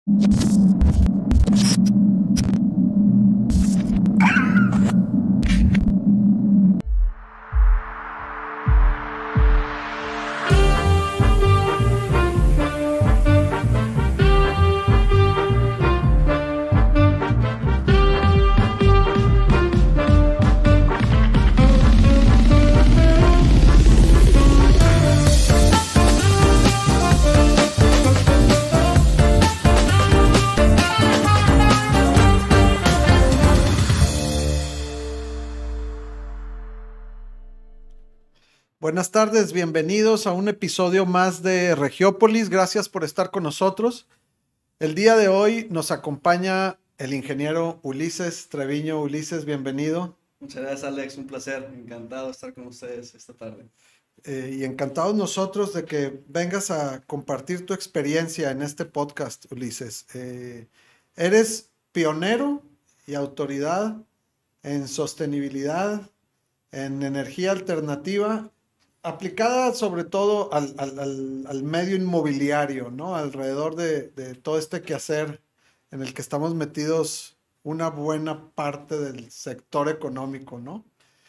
Buenas tardes, bienvenidos a un episodio más de Regiópolis. Gracias por estar con nosotros. El día de hoy nos acompaña el ingeniero Ulises Treviño. Ulises, bienvenido. Muchas gracias, Alex. Un placer. Encantado de estar con ustedes esta tarde. Y encantados nosotros de que vengas a compartir tu experiencia en este podcast, Ulises. Eres pionero y autoridad en sostenibilidad, en energía alternativa, aplicada sobre todo al medio inmobiliario, ¿no? Alrededor de todo este quehacer en el que estamos metidos una buena parte del sector económico, ¿no?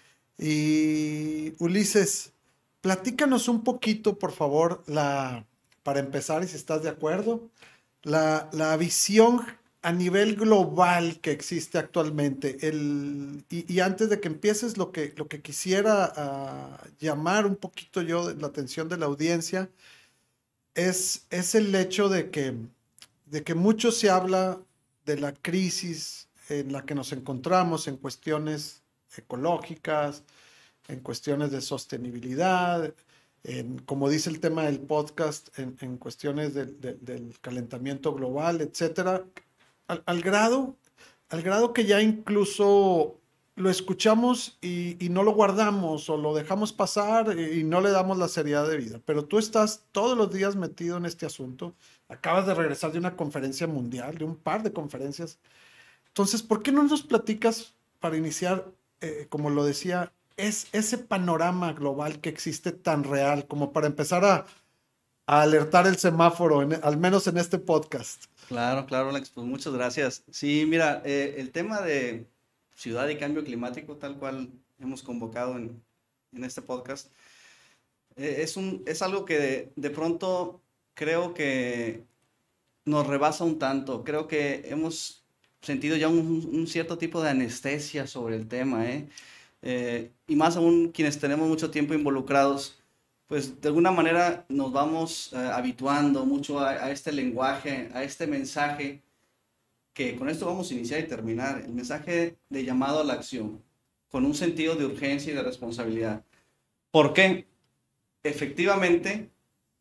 Y Ulises, platícanos un poquito, por favor, para empezar, y si estás de acuerdo, la visión a nivel global que existe actualmente. Y antes de que empieces, lo que quisiera llamar un poquito yo la atención de la audiencia es el hecho de que mucho se habla de la crisis en la que nos encontramos en cuestiones ecológicas, en cuestiones de sostenibilidad, como dice el tema del podcast, en cuestiones del calentamiento global, etcétera. Al grado que ya incluso lo escuchamos y no lo guardamos o lo dejamos pasar y no le damos la seriedad de vida. Pero tú estás todos los días metido en este asunto. Acabas de regresar de una conferencia mundial, de un par de conferencias. Entonces, ¿por qué no nos platicas para iniciar, como lo decía, ese panorama global que existe tan real como para empezar a alertar el semáforo, al menos en este podcast? Claro, Alex, pues muchas gracias. Sí, mira, el tema de ciudad y cambio climático, tal cual hemos convocado en este podcast, es algo que de pronto creo que nos rebasa un tanto. Creo que hemos sentido ya un cierto tipo de anestesia sobre el tema, y más aún quienes tenemos mucho tiempo involucrados, pues de alguna manera nos vamos habituando mucho a este lenguaje, a este mensaje, que con esto vamos a iniciar y terminar, el mensaje de llamado a la acción, con un sentido de urgencia y de responsabilidad. ¿Por qué? Efectivamente,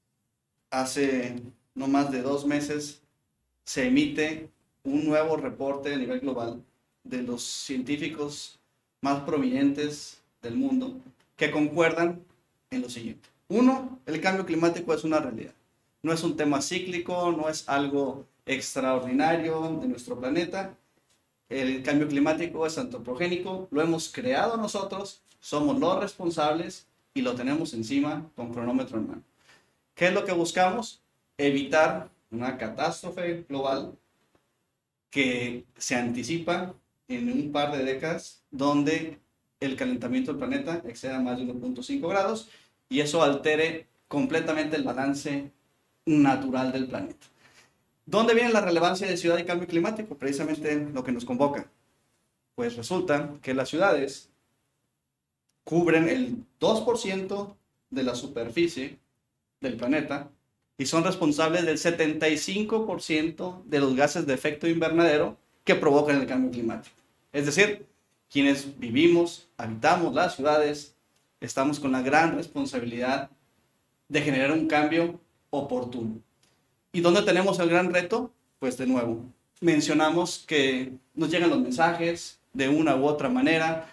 hace no más de 2 meses se emite un nuevo reporte a nivel global de los científicos más prominentes del mundo que concuerdan en lo siguiente. Uno, el cambio climático es una realidad. No es un tema cíclico, no es algo extraordinario de nuestro planeta. El cambio climático es antropogénico, lo hemos creado nosotros, somos los responsables y lo tenemos encima con cronómetro en mano. ¿Qué es lo que buscamos? Evitar una catástrofe global que se anticipa en un par de décadas, donde el calentamiento del planeta exceda más de 1.5 grados y eso altere completamente el balance natural del planeta. ¿Dónde viene la relevancia de ciudad y cambio climático? Precisamente lo que nos convoca. Pues resulta que las ciudades cubren el 2% de la superficie del planeta y son responsables del 75% de los gases de efecto invernadero que provocan el cambio climático. Es decir, quienes vivimos, habitamos las ciudades, estamos con la gran responsabilidad de generar un cambio oportuno. ¿Y dónde tenemos el gran reto? Pues de nuevo, mencionamos que nos llegan los mensajes de una u otra manera,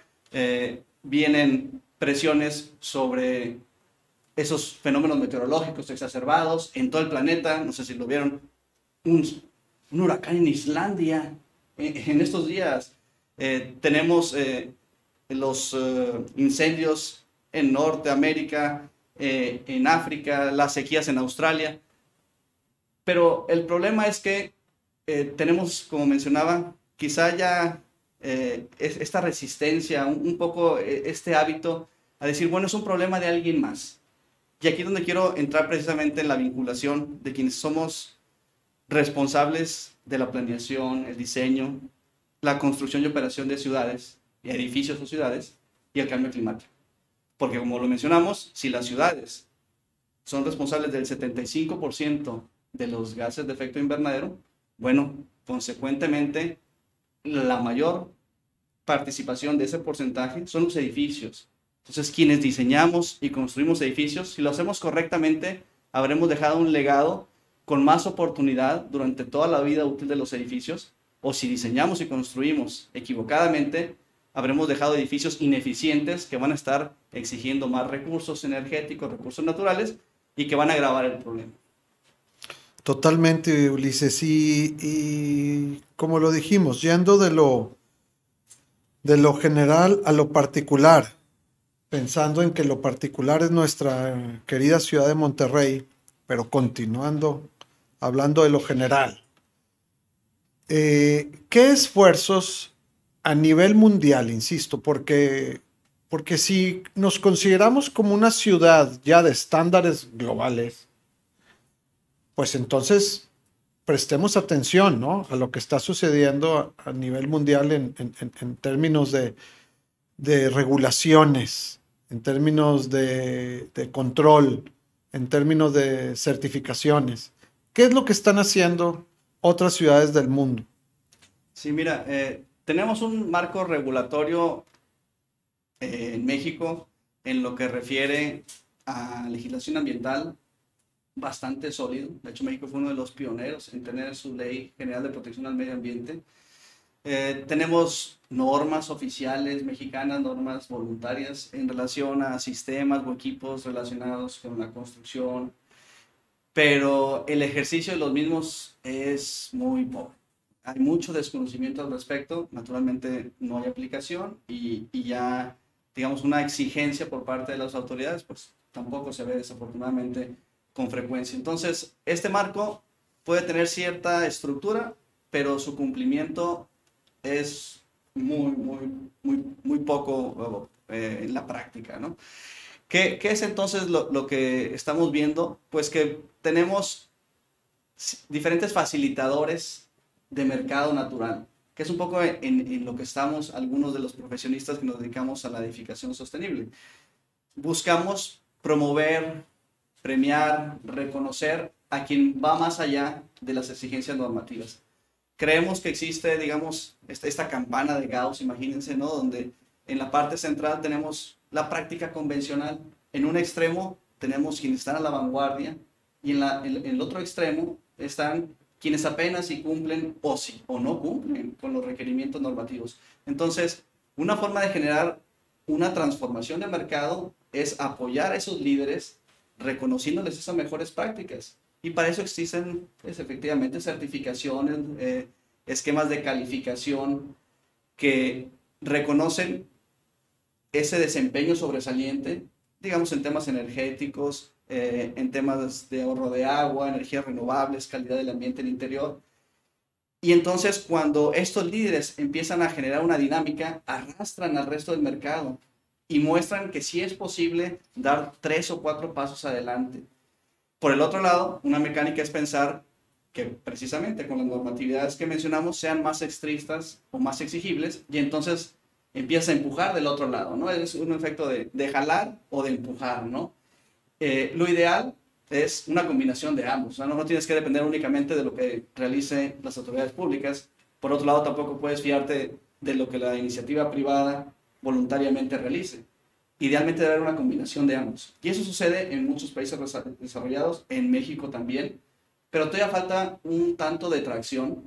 vienen presiones sobre esos fenómenos meteorológicos exacerbados en todo el planeta. No sé si lo vieron, un huracán en Islandia en estos días. Tenemos los incendios en Norteamérica, en África, las sequías en Australia. Pero el problema es que tenemos, como mencionaba, quizá ya esta resistencia, un poco este hábito a decir, bueno, es un problema de alguien más. Y aquí es donde quiero entrar precisamente en la vinculación de quienes somos responsables de la planeación, el diseño, la construcción y operación de ciudades, edificios o ciudades, y el cambio climático. Porque como lo mencionamos, si las ciudades son responsables del 75% de los gases de efecto invernadero, bueno, consecuentemente, la mayor participación de ese porcentaje son los edificios. Entonces, quienes diseñamos y construimos edificios, si lo hacemos correctamente, habremos dejado un legado con más oportunidad durante toda la vida útil de los edificios, o si diseñamos y construimos equivocadamente, habremos dejado edificios ineficientes que van a estar exigiendo más recursos energéticos, recursos naturales, y que van a agravar el problema. Totalmente, Ulises. Y como lo dijimos, yendo de lo general a lo particular, pensando en que lo particular es nuestra querida ciudad de Monterrey, pero continuando hablando de lo general. ¿Qué esfuerzos a nivel mundial, insisto, porque si nos consideramos como una ciudad ya de estándares globales, pues entonces prestemos atención, ¿no?, a lo que está sucediendo a nivel mundial en términos de regulaciones, en términos de control, en términos de certificaciones. ¿Qué es lo que están haciendo otras ciudades del mundo? Sí, mira, tenemos un marco regulatorio en México en lo que refiere a legislación ambiental bastante sólido. De hecho, México fue uno de los pioneros en tener su Ley General de Protección al Medio Ambiente. Tenemos normas oficiales mexicanas, normas voluntarias en relación a sistemas o equipos relacionados con la construcción, pero el ejercicio de los mismos es muy pobre. Hay mucho desconocimiento al respecto, naturalmente no hay aplicación y ya, digamos, una exigencia por parte de las autoridades, pues tampoco se ve desafortunadamente con frecuencia. Entonces, este marco puede tener cierta estructura, pero su cumplimiento es muy poco en la práctica, ¿no? ¿Qué es entonces lo que estamos viendo? Pues que tenemos diferentes facilitadores de mercado natural, que es un poco en lo que estamos algunos de los profesionistas que nos dedicamos a la edificación sostenible. Buscamos promover, premiar, reconocer a quien va más allá de las exigencias normativas. Creemos que existe, digamos, esta campana de Gauss, imagínense, ¿no?, donde en la parte central tenemos la práctica convencional, en un extremo tenemos quienes están a la vanguardia y en el otro extremo están quienes apenas si cumplen o no cumplen con los requerimientos normativos. Entonces, una forma de generar una transformación de mercado es apoyar a esos líderes reconociéndoles esas mejores prácticas. Y para eso existen, pues, efectivamente, certificaciones, esquemas de calificación que reconocen ese desempeño sobresaliente, digamos, en temas energéticos, en temas de ahorro de agua, energías renovables, calidad del ambiente en el interior. Y entonces, cuando estos líderes empiezan a generar una dinámica, arrastran al resto del mercado y muestran que sí es posible dar 3 o 4 pasos adelante. Por el otro lado, una mecánica es pensar que precisamente con las normatividades que mencionamos sean más estrictas o más exigibles y entonces empieza a empujar del otro lado, ¿no? Es un efecto de jalar o de empujar, ¿no? Lo ideal es una combinación de ambos, ¿no? No tienes que depender únicamente de lo que realicen las autoridades públicas. Por otro lado, tampoco puedes fiarte de lo que la iniciativa privada voluntariamente realice. Idealmente debe haber una combinación de ambos. Y eso sucede en muchos países desarrollados, en México también, pero todavía falta un tanto de tracción.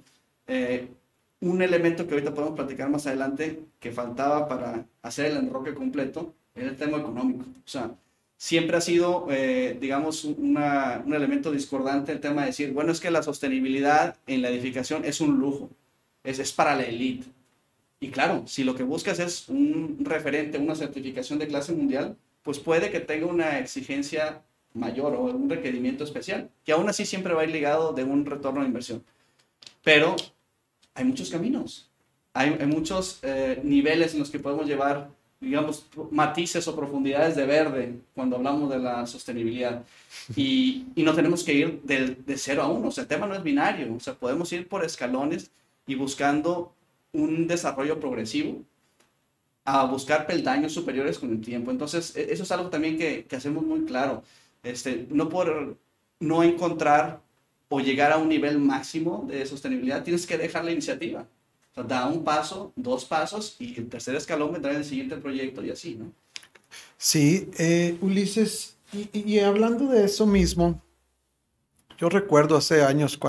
Un elemento que ahorita podemos platicar más adelante que faltaba para hacer el enroque completo era el tema económico. O sea, siempre ha sido, digamos, un elemento discordante el tema de decir, bueno, es que la sostenibilidad en la edificación es un lujo, es para la élite. Y claro, si lo que buscas es un referente, una certificación de clase mundial, pues puede que tenga una exigencia mayor o un requerimiento especial, que aún así siempre va a ir ligado de un retorno de inversión. pero hay muchos caminos, hay muchos niveles en los que podemos llevar, digamos, matices o profundidades de verde cuando hablamos de la sostenibilidad. Y no tenemos que ir de 0 a 1, o sea, el tema no es binario, o sea, podemos ir por escalones y buscando un desarrollo progresivo a buscar peldaños superiores con el tiempo. Entonces, eso es algo también que hacemos muy claro. No por no encontrar o llegar a un nivel máximo de sostenibilidad, tienes que dejar la iniciativa. O sea, da un paso, 2 pasos y el tercer escalón vendrá en el siguiente proyecto y así, ¿no? Sí, Ulises, y hablando de eso mismo, yo recuerdo hace años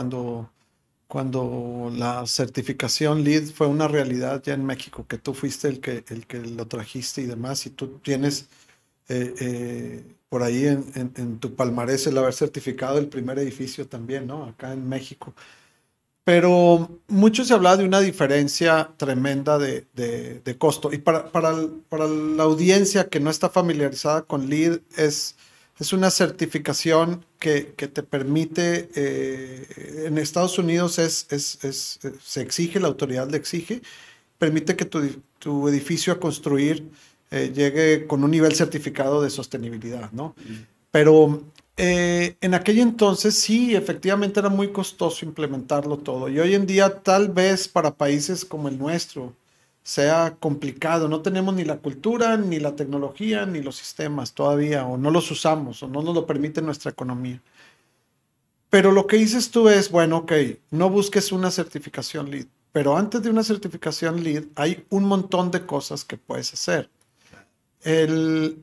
cuando la certificación LEED fue una realidad ya en México, que tú fuiste el que lo trajiste y demás, y tú tienes por ahí en tu palmarés el haber certificado el primer edificio también, ¿no? Acá en México. Pero mucho se hablaba de una diferencia tremenda de costo. Y para la audiencia que no está familiarizada con LEED, es una certificación que te permite, en Estados Unidos se exige, la autoridad le exige, permite que tu edificio a construir llegue con un nivel certificado de sostenibilidad, ¿no? Pero en aquel entonces sí, efectivamente era muy costoso implementarlo todo. Y hoy en día tal vez para países como el nuestro sea complicado. No tenemos ni la cultura, ni la tecnología, ni los sistemas todavía, o no los usamos, o no nos lo permite nuestra economía. Pero lo que dices tú es, bueno, ok, no busques una certificación LEED, pero antes de una certificación LEED hay un montón de cosas que puedes hacer. El,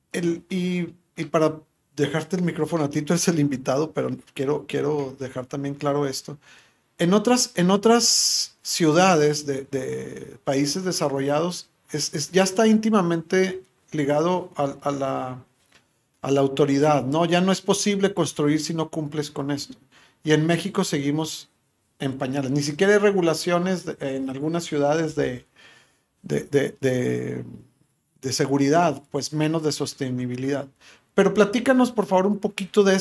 y para dejarte el micrófono a ti, tú eres el invitado, pero quiero dejar también claro esto. En otras ciudades de países desarrollados, ya está íntimamente ligado a la autoridad, ¿no? Ya no es posible construir si no cumples con esto. Y en México seguimos en pañales. Ni siquiera hay regulaciones en algunas ciudades de, de- de- de seguridad, pues menos de sostenibilidad. Pero platícanos, por favor, un poquito de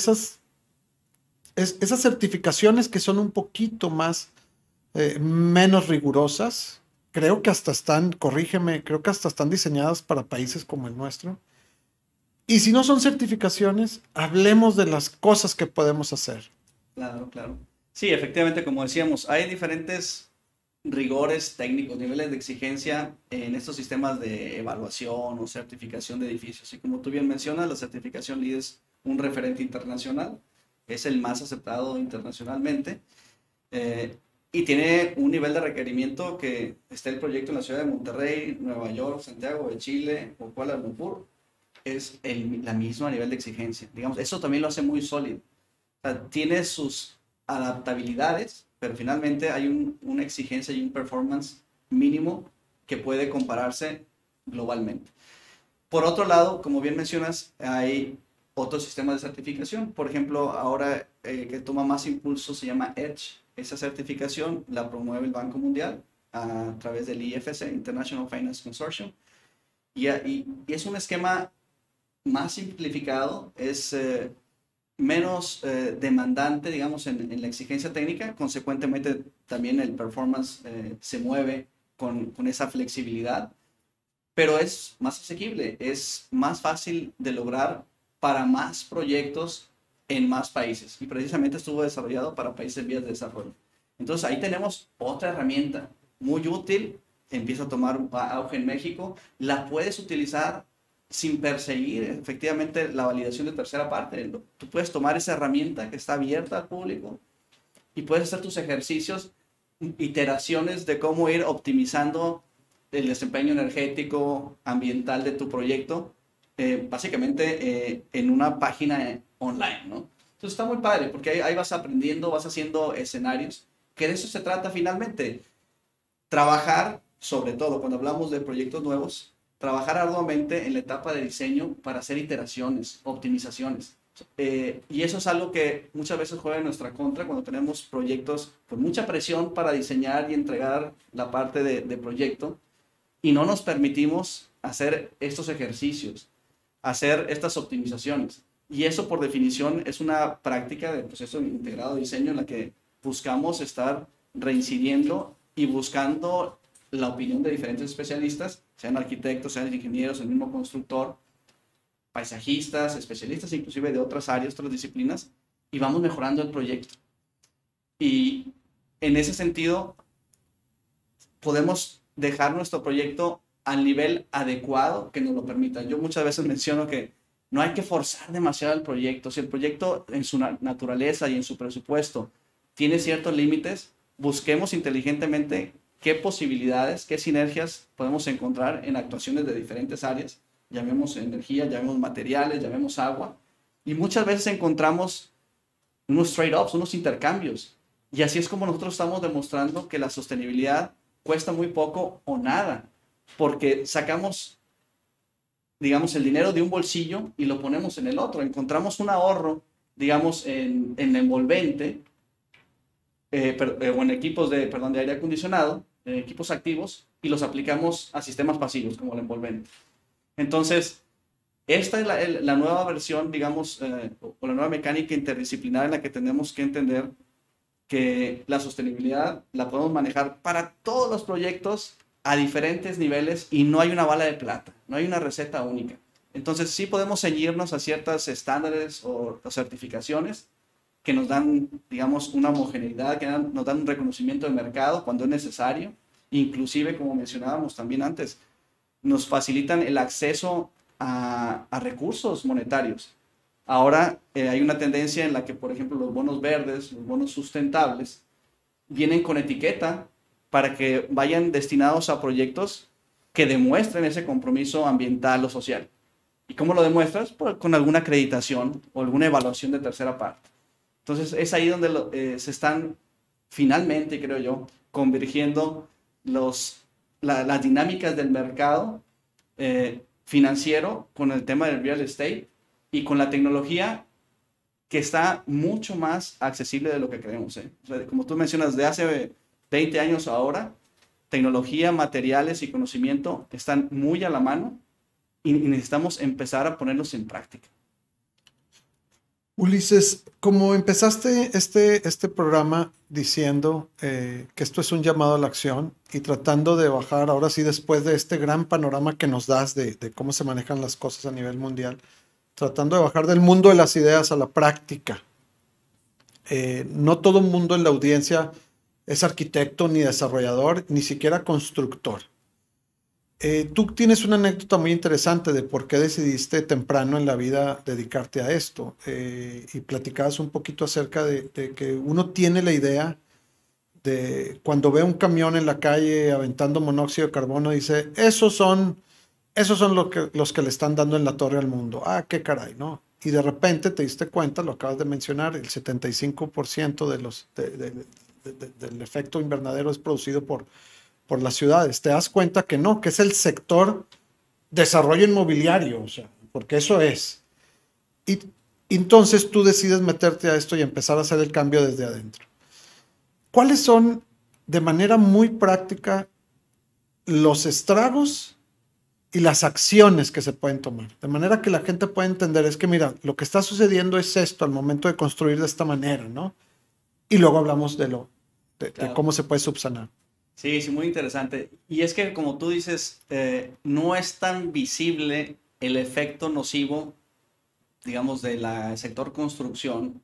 esas certificaciones que son un poquito más, menos rigurosas. Creo que hasta están, corrígeme, creo que hasta están diseñadas para países como el nuestro. Y si no son certificaciones, hablemos de las cosas que podemos hacer. Claro, claro. Sí, efectivamente, como decíamos, hay diferentes rigores técnicos, niveles de exigencia en estos sistemas de evaluación o certificación de edificios. Y como tú bien mencionas, la certificación LEED es un referente internacional, es el más aceptado internacionalmente y tiene un nivel de requerimiento que esté el proyecto en la ciudad de Monterrey, Nueva York, Santiago de Chile o Kuala Lumpur, es la misma nivel de exigencia. Digamos, eso también lo hace muy sólido. O sea, tiene sus adaptabilidades, pero finalmente hay una exigencia y un performance mínimo que puede compararse globalmente. Por otro lado, como bien mencionas, hay otros sistemas de certificación. Por ejemplo, ahora que toma más impulso se llama EDGE. Esa certificación la promueve el Banco Mundial a través del IFC, International Finance Consortium. Y es un esquema más simplificado, es menos demandante, digamos, en la exigencia técnica. Consecuentemente, también el performance se mueve con esa flexibilidad, pero es más asequible, es más fácil de lograr para más proyectos en más países. Y precisamente estuvo desarrollado para países en vías de desarrollo. Entonces, ahí tenemos otra herramienta muy útil, empieza a tomar auge en México, la puedes utilizar sin perseguir efectivamente la validación de tercera parte. Tú puedes tomar esa herramienta que está abierta al público y puedes hacer tus ejercicios, iteraciones de cómo ir optimizando el desempeño energético, ambiental de tu proyecto, básicamente en una página online, ¿no? Entonces está muy padre porque ahí vas aprendiendo, vas haciendo escenarios, que de eso se trata finalmente. Trabajar, sobre todo cuando hablamos de proyectos nuevos, trabajar arduamente en la etapa de diseño para hacer iteraciones, optimizaciones. Y eso es algo que muchas veces juega en nuestra contra cuando tenemos proyectos con mucha presión para diseñar y entregar la parte de proyecto y no nos permitimos hacer estos ejercicios, hacer estas optimizaciones. Y eso por definición es una práctica de proceso integrado de diseño en la que buscamos estar reincidiendo y buscando la opinión de diferentes especialistas, sean arquitectos, sean ingenieros, el mismo constructor, paisajistas, especialistas inclusive de otras áreas, otras disciplinas, y vamos mejorando el proyecto. Y en ese sentido, podemos dejar nuestro proyecto al nivel adecuado que nos lo permita. Yo muchas veces menciono que no hay que forzar demasiado el proyecto. Si el proyecto en su naturaleza y en su presupuesto tiene ciertos límites, busquemos inteligentemente qué posibilidades, qué sinergias podemos encontrar en actuaciones de diferentes áreas. Llamemos energía, llamemos materiales, llamemos agua. Y muchas veces encontramos unos trade-offs, unos intercambios. Y así es como nosotros estamos demostrando que la sostenibilidad cuesta muy poco o nada, porque sacamos, digamos, el dinero de un bolsillo y lo ponemos en el otro. Encontramos un ahorro, digamos, en envolvente, o en equipos de aire acondicionado, equipos activos, y los aplicamos a sistemas pasivos, como el envolvente. Entonces, esta es la nueva versión, digamos, o la nueva mecánica interdisciplinar en la que tenemos que entender que la sostenibilidad la podemos manejar para todos los proyectos a diferentes niveles y no hay una bala de plata, no hay una receta única. Entonces sí podemos ceñirnos a ciertos estándares o certificaciones que nos dan, digamos, una homogeneidad, que nos dan un reconocimiento de mercado cuando es necesario. Inclusive, como mencionábamos también antes, nos facilitan el acceso a recursos monetarios. Ahora hay una tendencia en la que, por ejemplo, los bonos verdes, los bonos sustentables, vienen con etiqueta para que vayan destinados a proyectos que demuestren ese compromiso ambiental o social. ¿Y cómo lo demuestras? Pues con alguna acreditación o alguna evaluación de tercera parte. Entonces es ahí donde se están finalmente, creo yo, convergiendo las dinámicas del mercado financiero con el tema del real estate y con la tecnología que está mucho más accesible de lo que creemos. O sea, como tú mencionas, de hace 20 años a ahora, tecnología, materiales y conocimiento están muy a la mano y necesitamos empezar a ponerlos en práctica. Ulises, como empezaste este programa diciendo que esto es un llamado a la acción y tratando de bajar, ahora sí, después de este gran panorama que nos das de cómo se manejan las cosas a nivel mundial, tratando de bajar del mundo de las ideas a la práctica. No todo el mundo en la audiencia es arquitecto, ni desarrollador, ni siquiera constructor. Tú tienes una anécdota muy interesante de por qué decidiste temprano en la vida dedicarte a esto. Y platicabas un poquito acerca de que uno tiene la idea de cuando ve un camión en la calle aventando monóxido de carbono, dice, esos son los que le están dando en la torre al mundo. Ah, qué caray, ¿no? Y de repente te diste cuenta, lo acabas de mencionar, el 75% del efecto invernadero es producido por las ciudades. Te das cuenta que no, que es el sector desarrollo inmobiliario, o sea, porque eso es. Y entonces tú decides meterte a esto y empezar a hacer el cambio desde adentro. ¿Cuáles son, de manera muy práctica, los estragos y las acciones que se pueden tomar? De manera que la gente pueda entender, es que mira, lo que está sucediendo es esto al momento de construir de esta manera, ¿no? Y luego hablamos de cómo se puede subsanar. Sí, sí, muy interesante. Y es que, como tú dices, no es tan visible el efecto nocivo, digamos, del sector construcción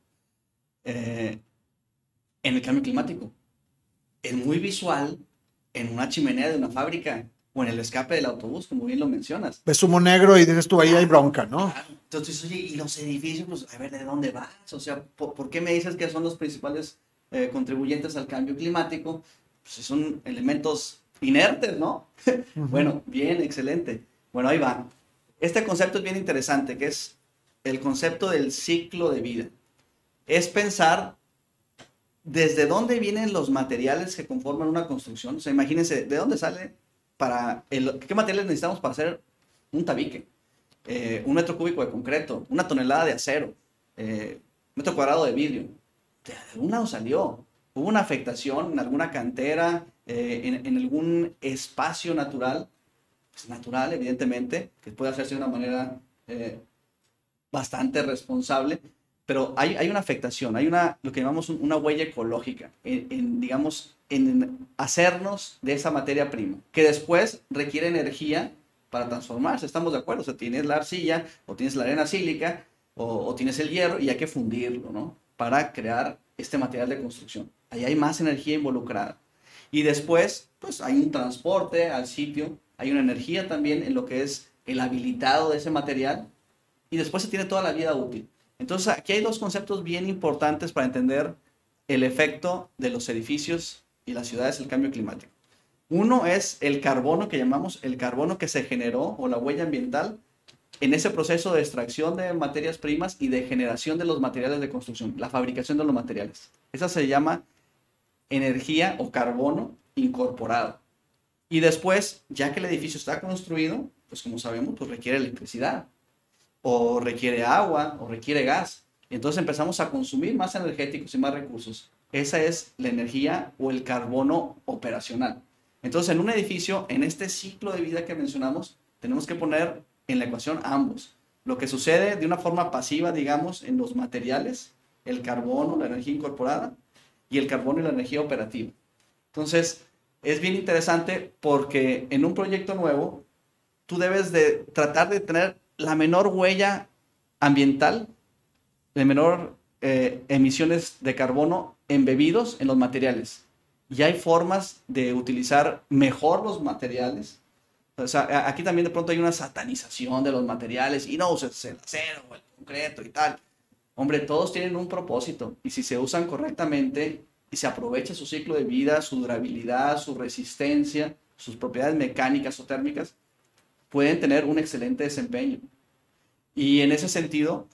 en el cambio climático. Es muy visual en una chimenea de una fábrica o en el escape del autobús, como bien lo mencionas. Ves humo negro y dices tú, ahí hay bronca, ¿no? Claro. Entonces, oye, ¿y los edificios? Pues, a ver, ¿de dónde vas? O sea, ¿por qué me dices que son los principales contribuyentes al cambio climático? Pues son elementos inertes, ¿no? Bueno, bien, excelente. Bueno, ahí va. Este concepto es bien interesante, que es el concepto del ciclo de vida. Es pensar desde dónde vienen los materiales que conforman una construcción. O sea, imagínense, ¿de dónde sale qué materiales necesitamos para hacer un tabique? 1 metro cúbico de concreto, 1 tonelada de acero, 1 metro cuadrado de vidrio. De algún lado salió. Hubo una afectación en alguna cantera, en algún espacio natural, pues natural, evidentemente, que puede hacerse de una manera bastante responsable, pero hay una afectación, hay lo que llamamos una huella ecológica, digamos, en hacernos de esa materia prima, que después requiere energía para transformarse. Estamos de acuerdo, o sea, tienes la arcilla, o tienes la arena sílica, o tienes el hierro, y hay que fundirlo, ¿no? Para crear este material de construcción. Ahí hay más energía involucrada. Y después, pues hay un transporte al sitio, hay una energía también en lo que es el habilitado de ese material, y después se tiene toda la vida útil. Entonces, aquí hay dos conceptos bien importantes para entender el efecto de los edificios y las ciudades del cambio climático. Uno es el carbono, que llamamos el carbono que se generó, o la huella ambiental, en ese proceso de extracción de materias primas y de generación de los materiales de construcción, la fabricación de los materiales. Esa se llama energía o carbono incorporado. Y después, ya que el edificio está construido, pues como sabemos, pues requiere electricidad, o requiere agua, o requiere gas. Y entonces empezamos a consumir más energéticos y más recursos. Esa es la energía o el carbono operacional. Entonces, en un edificio, en este ciclo de vida que mencionamos, tenemos que poner en la ecuación ambos. Lo que sucede de una forma pasiva, digamos, en los materiales, el carbono, la energía incorporada, y el carbono y la energía operativa. Entonces, es bien interesante porque en un proyecto nuevo, tú debes de tratar de tener la menor huella ambiental, de menor emisiones de carbono embebidos en los materiales. Y hay formas de utilizar mejor los materiales. O sea, aquí también de pronto hay una satanización de los materiales y no uses el acero o el concreto y tal. Hombre, todos tienen un propósito y si se usan correctamente y se aprovecha su ciclo de vida, su durabilidad, su resistencia, sus propiedades mecánicas o térmicas, pueden tener un excelente desempeño. Y en ese sentido,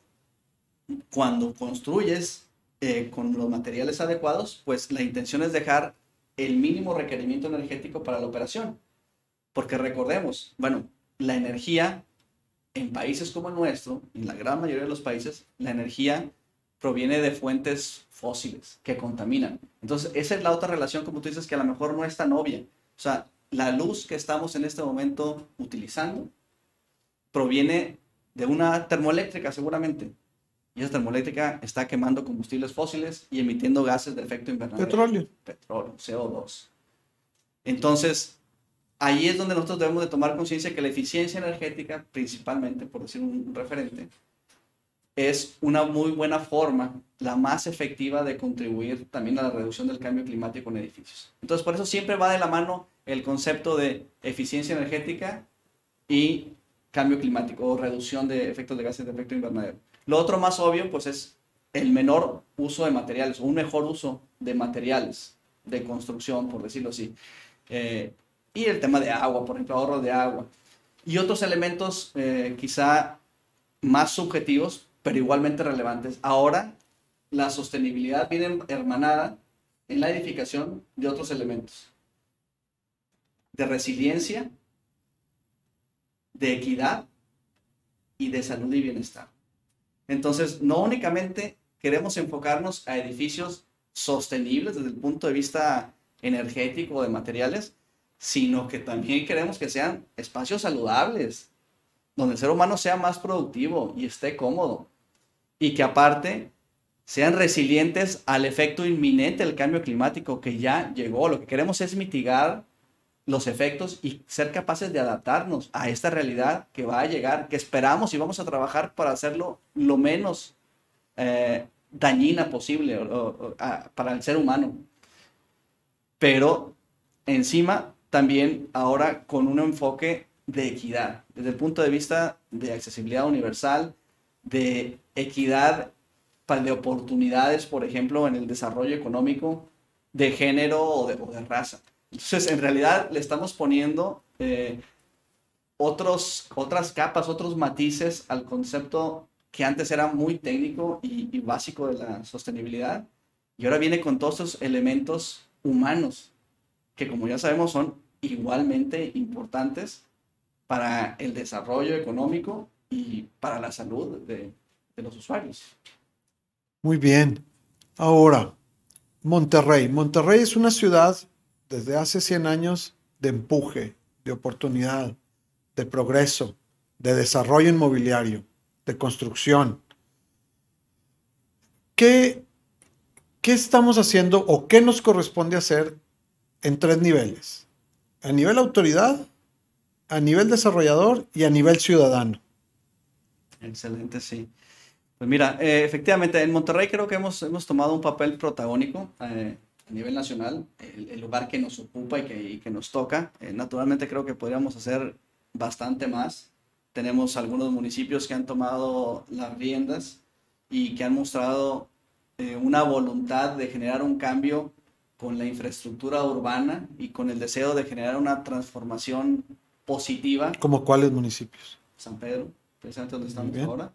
cuando construyes con los materiales adecuados, pues la intención es dejar el mínimo requerimiento energético para la operación. Porque recordemos, bueno, la energía en países como el nuestro, en la gran mayoría de los países, la energía proviene de fuentes fósiles que contaminan. Entonces, esa es la otra relación, como tú dices, que a lo mejor no es tan obvia. O sea, la luz que estamos en este momento utilizando proviene de una termoeléctrica seguramente. Y esa termoeléctrica está quemando combustibles fósiles y emitiendo gases de efecto invernadero. Petróleo, CO2. Entonces, ahí es donde nosotros debemos de tomar conciencia que la eficiencia energética, principalmente, por decir un referente, es una muy buena forma, la más efectiva de contribuir también a la reducción del cambio climático en edificios. Entonces, por eso siempre va de la mano el concepto de eficiencia energética y cambio climático o reducción de efectos de gases de efecto invernadero. Lo otro más obvio, pues, es el menor uso de materiales o un mejor uso de materiales de construcción, por decirlo así. Y el tema de agua, por ejemplo, ahorro de agua. Y otros elementos quizá más subjetivos, pero igualmente relevantes. Ahora, la sostenibilidad viene hermanada en la edificación de otros elementos. De resiliencia, de equidad y de salud y bienestar. Entonces, no únicamente queremos enfocarnos a edificios sostenibles desde el punto de vista energético o de materiales, sino que también queremos que sean espacios saludables, donde el ser humano sea más productivo y esté cómodo, y que aparte sean resilientes al efecto inminente del cambio climático que ya llegó. Lo que queremos es mitigar los efectos y ser capaces de adaptarnos a esta realidad que va a llegar, que esperamos y vamos a trabajar para hacerlo lo menos dañina posible para el ser humano. Pero encima también ahora con un enfoque de equidad, desde el punto de vista de accesibilidad universal, de equidad de oportunidades, por ejemplo, en el desarrollo económico, de género o de raza. Entonces, en realidad le estamos poniendo otras capas, otros matices al concepto que antes era muy técnico y básico de la sostenibilidad, y ahora viene con todos esos elementos humanos que, como ya sabemos, son igualmente importantes para el desarrollo económico y para la salud de los usuarios. Muy bien. Ahora, Monterrey. Monterrey es una ciudad desde hace 100 años de empuje, de oportunidad, de progreso, de desarrollo inmobiliario, de construcción. ¿Qué estamos haciendo o qué nos corresponde hacer en 3 niveles. A nivel autoridad, a nivel desarrollador y a nivel ciudadano. Excelente, sí. Pues mira, efectivamente, en Monterrey creo que hemos tomado un papel protagónico a nivel nacional, el lugar que nos ocupa y que nos toca. Naturalmente creo que podríamos hacer bastante más. Tenemos algunos municipios que han tomado las riendas y que han mostrado una voluntad de generar un cambio con la infraestructura urbana y con el deseo de generar una transformación positiva. ¿Como cuáles municipios? San Pedro, precisamente donde Muy estamos bien. ahora.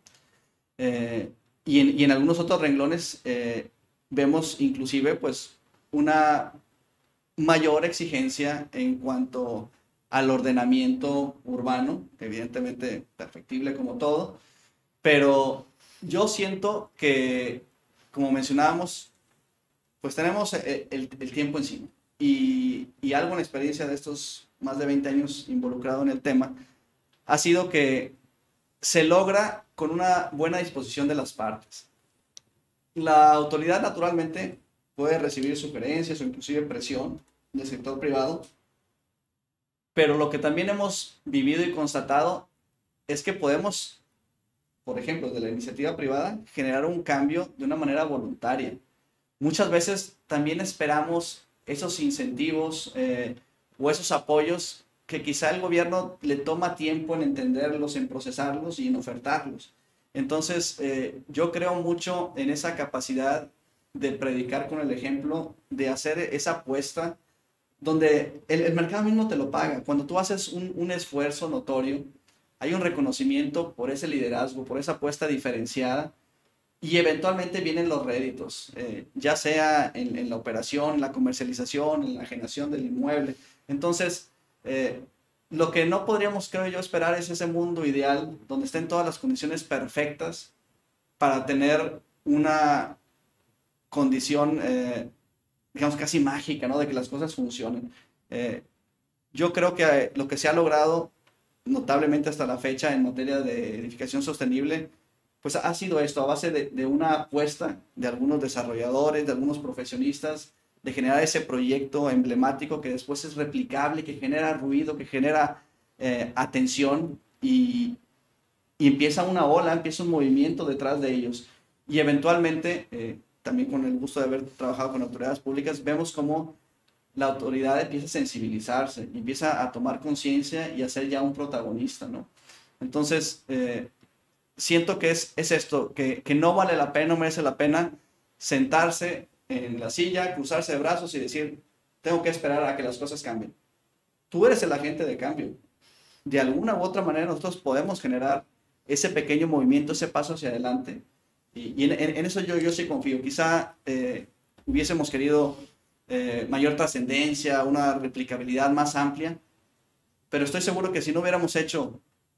Y en algunos otros renglones vemos inclusive pues una mayor exigencia en cuanto al ordenamiento urbano, evidentemente perfectible como todo, pero yo siento que, como mencionábamos, pues tenemos el tiempo encima y algo en la experiencia de estos más de 20 años involucrado en el tema ha sido que se logra con una buena disposición de las partes. La autoridad naturalmente puede recibir sugerencias o inclusive presión del sector privado, pero lo que también hemos vivido y constatado es que podemos, por ejemplo, de la iniciativa privada, generar un cambio de una manera voluntaria. Muchas veces también esperamos esos incentivos o esos apoyos que quizá el gobierno le toma tiempo en entenderlos, en procesarlos y en ofertarlos. Entonces, yo creo mucho en esa capacidad de predicar con el ejemplo, de hacer esa apuesta donde el mercado mismo te lo paga. Cuando tú haces un esfuerzo notorio, hay un reconocimiento por ese liderazgo, por esa apuesta diferenciada y eventualmente vienen los réditos, ya sea en la operación, en la comercialización, en la generación del inmueble. Entonces, lo que no podríamos, creo yo, esperar es ese mundo ideal donde estén todas las condiciones perfectas para tener una condición, digamos, casi mágica, ¿no? De que las cosas funcionen. Yo creo que lo que se ha logrado notablemente hasta la fecha en materia de edificación sostenible, pues ha sido esto, a base de una apuesta de algunos desarrolladores, de algunos profesionistas, de generar ese proyecto emblemático que después es replicable, que genera ruido, que genera atención y empieza una ola, empieza un movimiento detrás de ellos. Y eventualmente, también con el gusto de haber trabajado con autoridades públicas, vemos cómo la autoridad empieza a sensibilizarse, empieza a tomar conciencia y a ser ya un protagonista, ¿no? Entonces, siento que es esto, que no vale la pena, no merece la pena sentarse en la silla, cruzarse de brazos y decir, tengo que esperar a que las cosas cambien. Tú eres el agente de cambio. De alguna u otra manera nosotros podemos generar ese pequeño movimiento, ese paso hacia adelante. Y en eso yo sí confío. Quizá hubiésemos querido mayor trascendencia, una replicabilidad más amplia, pero estoy seguro que si no hubiéramos hecho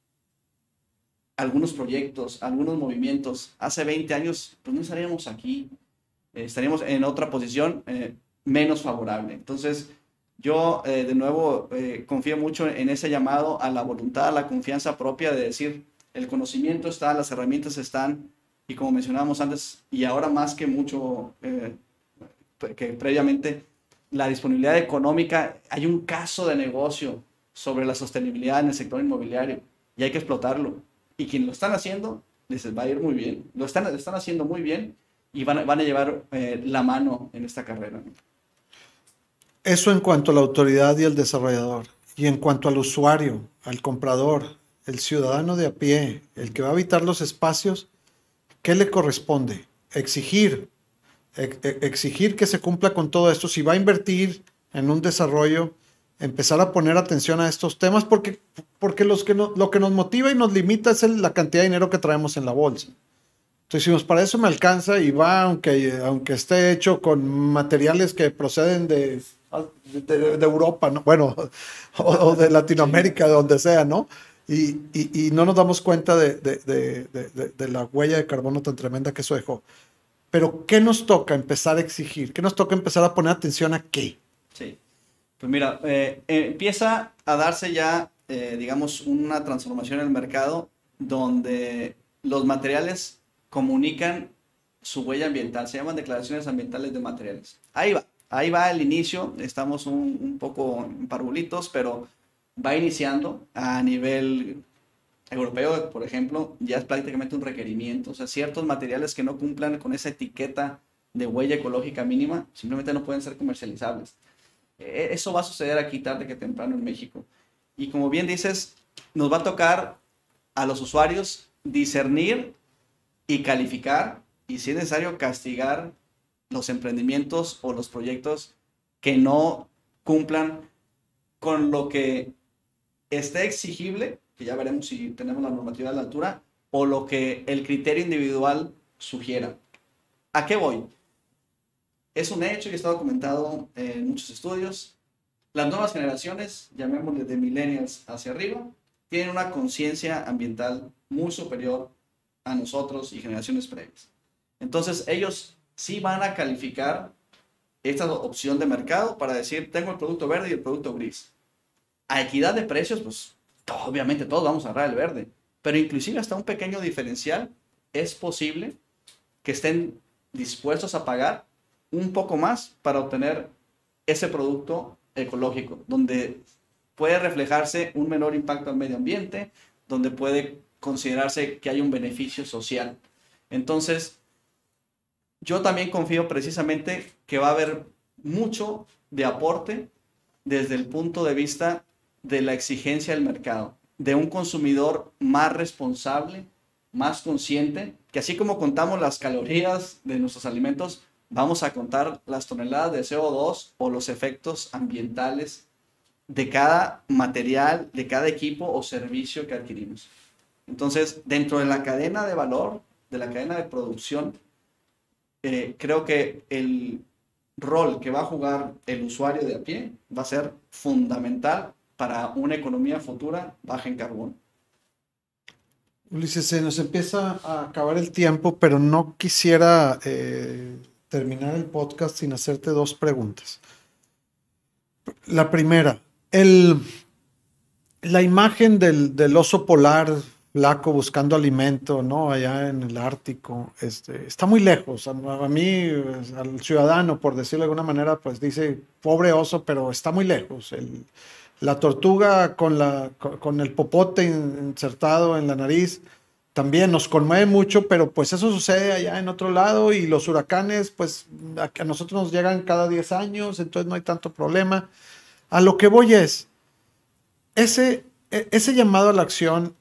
algunos proyectos, algunos movimientos hace 20 años, pues no estaríamos aquí, estaríamos en otra posición menos favorable. Entonces, yo de nuevo confío mucho en ese llamado a la voluntad, a la confianza propia de decir, el conocimiento está, las herramientas están, y como mencionábamos antes, y ahora más que mucho que previamente, la disponibilidad económica, hay un caso de negocio sobre la sostenibilidad en el sector inmobiliario y hay que explotarlo. Y quienes lo están haciendo, les va a ir muy bien. Lo están haciendo muy bien y van a llevar la mano en esta carrera, ¿no? Eso en cuanto a la autoridad y el desarrollador. Y en cuanto al usuario, al comprador, el ciudadano de a pie, el que va a habitar los espacios, ¿qué le corresponde? Exigir que se cumpla con todo esto. Si va a invertir en un desarrollo, empezar a poner atención a estos temas, porque lo que nos motiva y nos limita es la cantidad de dinero que traemos en la bolsa. Entonces decimos, para eso me alcanza y va, aunque esté hecho con materiales que proceden de Europa, ¿no? Bueno, o de Latinoamérica, de donde sea, ¿no? Y no nos damos cuenta de la huella de carbono tan tremenda que eso dejó. Pero, ¿qué nos toca empezar a exigir? ¿Qué nos toca empezar a poner atención a qué? Sí, pues mira, empieza a darse ya, digamos, una transformación en el mercado donde los materiales comunican su huella ambiental, se llaman declaraciones ambientales de materiales. Ahí va. ahí va el inicio, estamos un poco en parvulitos, pero va iniciando a nivel europeo, por ejemplo, ya es prácticamente un requerimiento. O sea, ciertos materiales que no cumplan con esa etiqueta de huella ecológica mínima simplemente no pueden ser comercializables. Eso va a suceder aquí tarde que temprano en México. Y como bien dices, nos va a tocar a los usuarios discernir y calificar y si es necesario castigar los emprendimientos o los proyectos que no cumplan con lo que esté exigible, que ya veremos si tenemos la normativa a la altura, o lo que el criterio individual sugiera. ¿A qué voy? Es un hecho y está documentado en muchos estudios. Las nuevas generaciones, llamémosle de millennials hacia arriba, tienen una conciencia ambiental muy superior a nosotros y generaciones previas. Entonces, ellos sí van a calificar esta opción de mercado para decir, tengo el producto verde y el producto gris. A equidad de precios, pues obviamente todos vamos a agarrar el verde, pero inclusive hasta un pequeño diferencial es posible que estén dispuestos a pagar un poco más para obtener ese producto ecológico, donde puede reflejarse un menor impacto al medio ambiente, donde puede considerarse que hay un beneficio social. Entonces, yo también confío precisamente que va a haber mucho de aporte desde el punto de vista de la exigencia del mercado, de un consumidor más responsable, más consciente, que así como contamos las calorías de nuestros alimentos, vamos a contar las toneladas de CO2 o los efectos ambientales de cada material, de cada equipo o servicio que adquirimos. Entonces, dentro de la cadena de valor, de la cadena de producción, creo que el rol que va a jugar el usuario de a pie va a ser fundamental para una economía futura baja en carbono. Ulises, se nos empieza a acabar el tiempo, pero no quisiera terminar el podcast sin hacerte dos preguntas. La primera, la imagen del oso polar flaco buscando alimento, ¿no? Allá en el Ártico, está muy lejos. A mí, al ciudadano, por decirlo de alguna manera, pues dice, pobre oso, pero está muy lejos. La tortuga con el popote insertado en la nariz también nos conmueve mucho, pero pues eso sucede allá en otro lado y los huracanes, pues a nosotros nos llegan cada 10 años, entonces no hay tanto problema. A lo que voy es, ese llamado a la acción,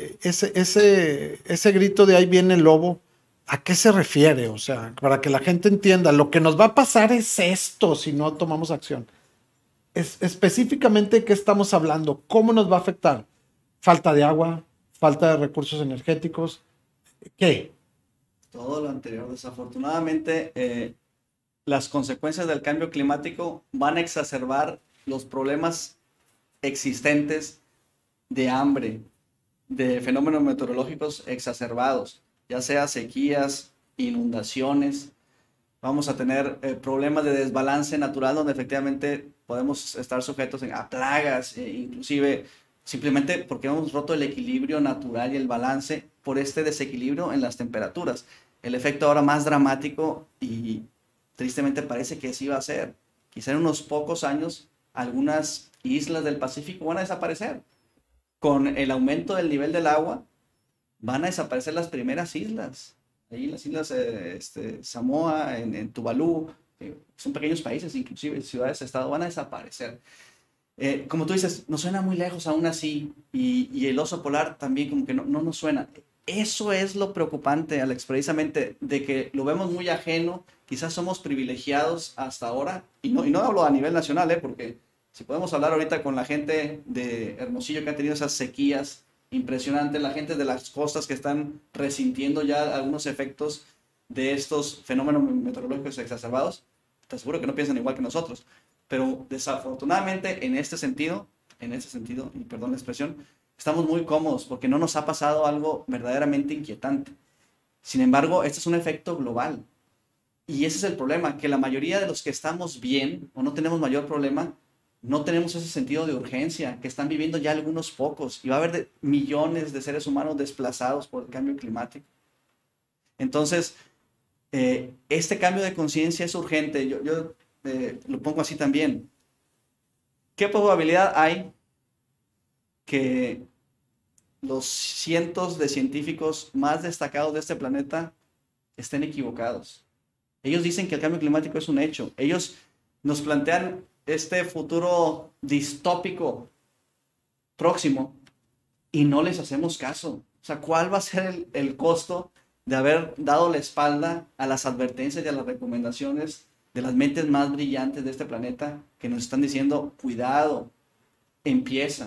ese grito de ahí viene el lobo, ¿a qué se refiere? O sea, para que la gente entienda, lo que nos va a pasar es esto si no tomamos acción. Específicamente, ¿qué estamos hablando? ¿Cómo nos va a afectar? ¿Falta de agua? ¿Falta de recursos energéticos? ¿Qué? Todo lo anterior, desafortunadamente, las consecuencias del cambio climático van a exacerbar los problemas existentes de hambre, de fenómenos meteorológicos exacerbados, ya sea sequías, inundaciones. Vamos a tener problemas de desbalance natural donde efectivamente podemos estar sujetos a plagas, inclusive simplemente porque hemos roto el equilibrio natural y el balance por este desequilibrio en las temperaturas. El efecto ahora más dramático y tristemente parece que sí va a ser. Quizá en unos pocos años algunas islas del Pacífico van a desaparecer. Con el aumento del nivel del agua van a desaparecer las primeras islas. Ahí las islas Samoa, en Tuvalu, son pequeños países, inclusive ciudades-estado, van a desaparecer. Como tú dices, nos suena muy lejos aún así, y el oso polar también como que no nos suena. Eso es lo preocupante, Alex, precisamente, de que lo vemos muy ajeno, quizás somos privilegiados hasta ahora, y no hablo a nivel nacional, porque si podemos hablar ahorita con la gente de Hermosillo que ha tenido esas sequías impresionantes, la gente de las costas que están resintiendo ya algunos efectos de estos fenómenos meteorológicos exacerbados, te aseguro que no piensan igual que nosotros. Pero desafortunadamente en este sentido, y perdón la expresión, estamos muy cómodos porque no nos ha pasado algo verdaderamente inquietante. Sin embargo, este es un efecto global. Y ese es el problema, que la mayoría de los que estamos bien o no tenemos mayor problema, no tenemos ese sentido de urgencia que están viviendo ya algunos pocos. Y va a haber millones de seres humanos desplazados por el cambio climático. Entonces, este cambio de conciencia es urgente. Yo lo pongo así también. ¿Qué probabilidad hay que los cientos de científicos más destacados de este planeta estén equivocados? Ellos dicen que el cambio climático es un hecho. Ellos nos plantean este futuro distópico próximo y no les hacemos caso. O sea, ¿cuál va a ser el costo de haber dado la espalda a las advertencias y a las recomendaciones de las mentes más brillantes de este planeta que nos están diciendo, cuidado, empieza?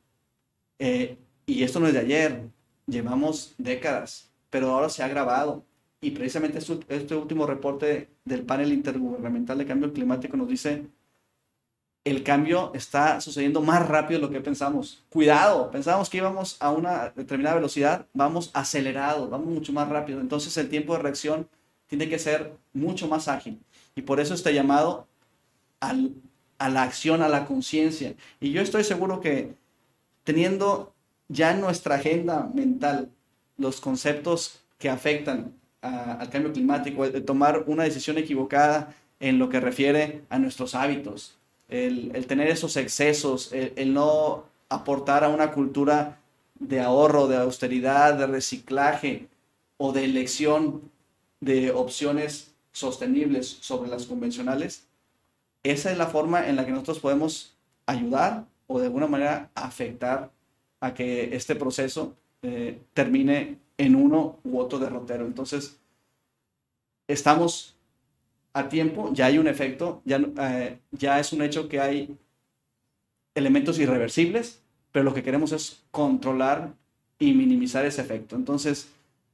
Y esto no es de ayer, llevamos décadas, pero ahora se ha agravado. Y precisamente este último reporte del panel intergubernamental de cambio climático nos dice, el cambio está sucediendo más rápido de lo que pensamos. Cuidado, pensábamos que íbamos a una determinada velocidad, vamos acelerados, vamos mucho más rápido. Entonces el tiempo de reacción tiene que ser mucho más ágil. Y por eso este llamado a la acción, a la conciencia. Y yo estoy seguro que teniendo ya en nuestra agenda mental los conceptos que afectan al cambio climático, de tomar una decisión equivocada en lo que refiere a nuestros hábitos, el tener esos excesos, el no aportar a una cultura de ahorro, de austeridad, de reciclaje o de elección de opciones sostenibles sobre las convencionales, esa es la forma en la que nosotros podemos ayudar o de alguna manera afectar a que este proceso termine en uno u otro derrotero. Entonces, estamos a tiempo, ya hay un efecto, ya es un hecho que hay elementos irreversibles, pero lo que queremos es controlar y minimizar ese efecto. Entonces,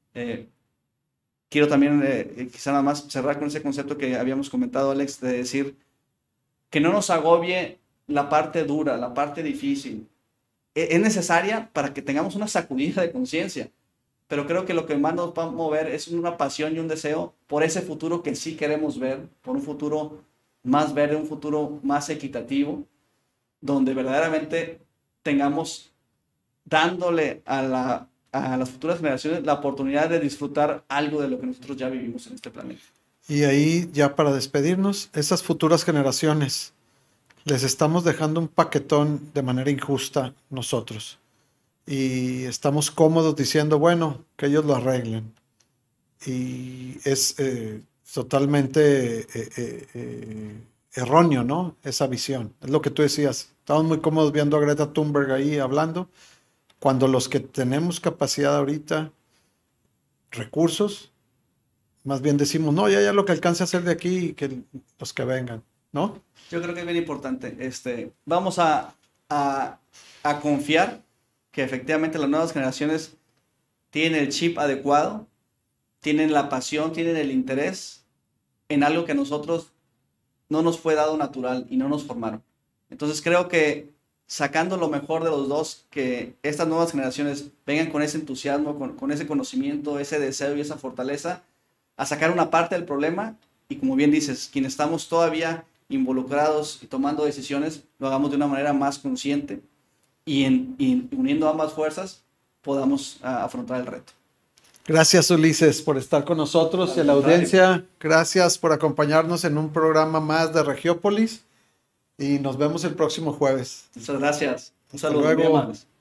quiero también quizá nada más cerrar con ese concepto que habíamos comentado, Alex, de decir que no nos agobie la parte dura, la parte difícil. Es necesaria para que tengamos una sacudida de conciencia, pero creo que lo que más nos va a mover es una pasión y un deseo por ese futuro que sí queremos ver, por un futuro más verde, un futuro más equitativo, donde verdaderamente tengamos dándole a las futuras generaciones la oportunidad de disfrutar algo de lo que nosotros ya vivimos en este planeta. Y ahí, ya para despedirnos, esas futuras generaciones, les estamos dejando un paquetón de manera injusta nosotros. Y estamos cómodos diciendo, bueno, que ellos lo arreglen. Y es totalmente erróneo, ¿no? Esa visión. Es lo que tú decías. Estamos muy cómodos viendo a Greta Thunberg ahí hablando, cuando los que tenemos capacidad ahorita, recursos, más bien decimos, no, ya lo que alcance a hacer de aquí y que los que vengan, ¿no? Yo creo que es bien importante. Vamos a confiar que efectivamente las nuevas generaciones tienen el chip adecuado, tienen la pasión, tienen el interés en algo que a nosotros no nos fue dado natural y no nos formaron. Entonces creo que sacando lo mejor de los dos, que estas nuevas generaciones vengan con ese entusiasmo, con ese conocimiento, ese deseo y esa fortaleza, a sacar una parte del problema y, como bien dices, quienes estamos todavía involucrados y tomando decisiones, lo hagamos de una manera más consciente y uniendo ambas fuerzas podamos afrontar el reto. Gracias, Ulises, por estar con nosotros y a la audiencia. Gracias por acompañarnos en un programa más de Regiópolis y nos vemos el próximo jueves. Muchas gracias. Un Hasta saludo. luego.